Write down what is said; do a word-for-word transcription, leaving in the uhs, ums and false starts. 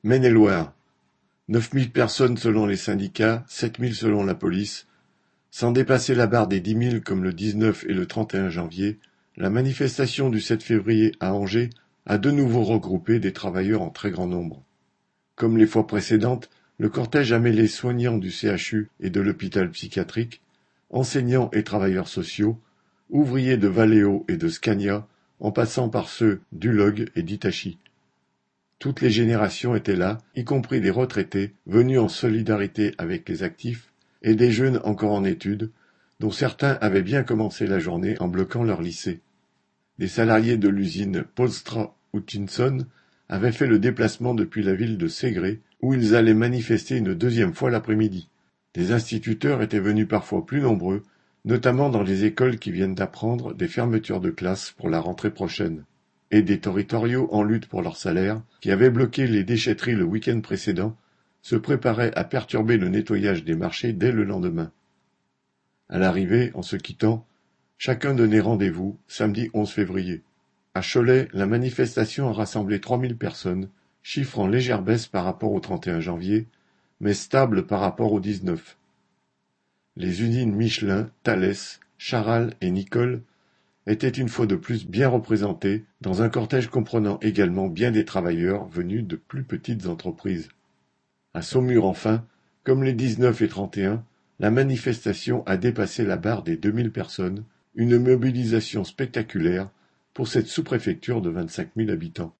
Maine-et-Loire: neuf mille personnes selon les syndicats, sept mille selon la police. Sans dépasser la barre des dix mille comme le dix-neuf et le trente et un janvier, la manifestation du sept février à Angers a de nouveau regroupé des travailleurs en très grand nombre. Comme les fois précédentes, le cortège a mêlé soignants du C H U et de l'hôpital psychiatrique, enseignants et travailleurs sociaux, ouvriers de Valeo et de Scania, en passant par ceux d'Ulog et d'Hitachi. Toutes les générations étaient là, y compris des retraités venus en solidarité avec les actifs et des jeunes encore en études, dont certains avaient bien commencé la journée en bloquant leur lycée. Des salariés de l'usine Polstra Hutchinson avaient fait le déplacement depuis la ville de Ségré, où ils allaient manifester une deuxième fois l'après-midi. Des instituteurs étaient venus parfois plus nombreux, notamment dans les écoles qui viennent d'apprendre des fermetures de classes pour la rentrée prochaine. Et des territoriaux en lutte pour leur salaire, qui avaient bloqué les déchetteries le week-end précédent, se préparaient à perturber le nettoyage des marchés dès le lendemain. À l'arrivée, en se quittant, chacun donnait rendez-vous, samedi onze février. À Cholet, la manifestation a rassemblé trois mille personnes, chiffre en légère baisse par rapport au trente et un janvier, mais stable par rapport au dix-neuf. Les usines Michelin, Thales, Charal et Nicole étaient une fois de plus bien représentées, dans un cortège comprenant également bien des travailleurs venus de plus petites entreprises. À Saumur enfin, comme les dix-neuf et trente et un, la manifestation a dépassé la barre des deux mille personnes, une mobilisation spectaculaire pour cette sous-préfecture de vingt-cinq mille habitants.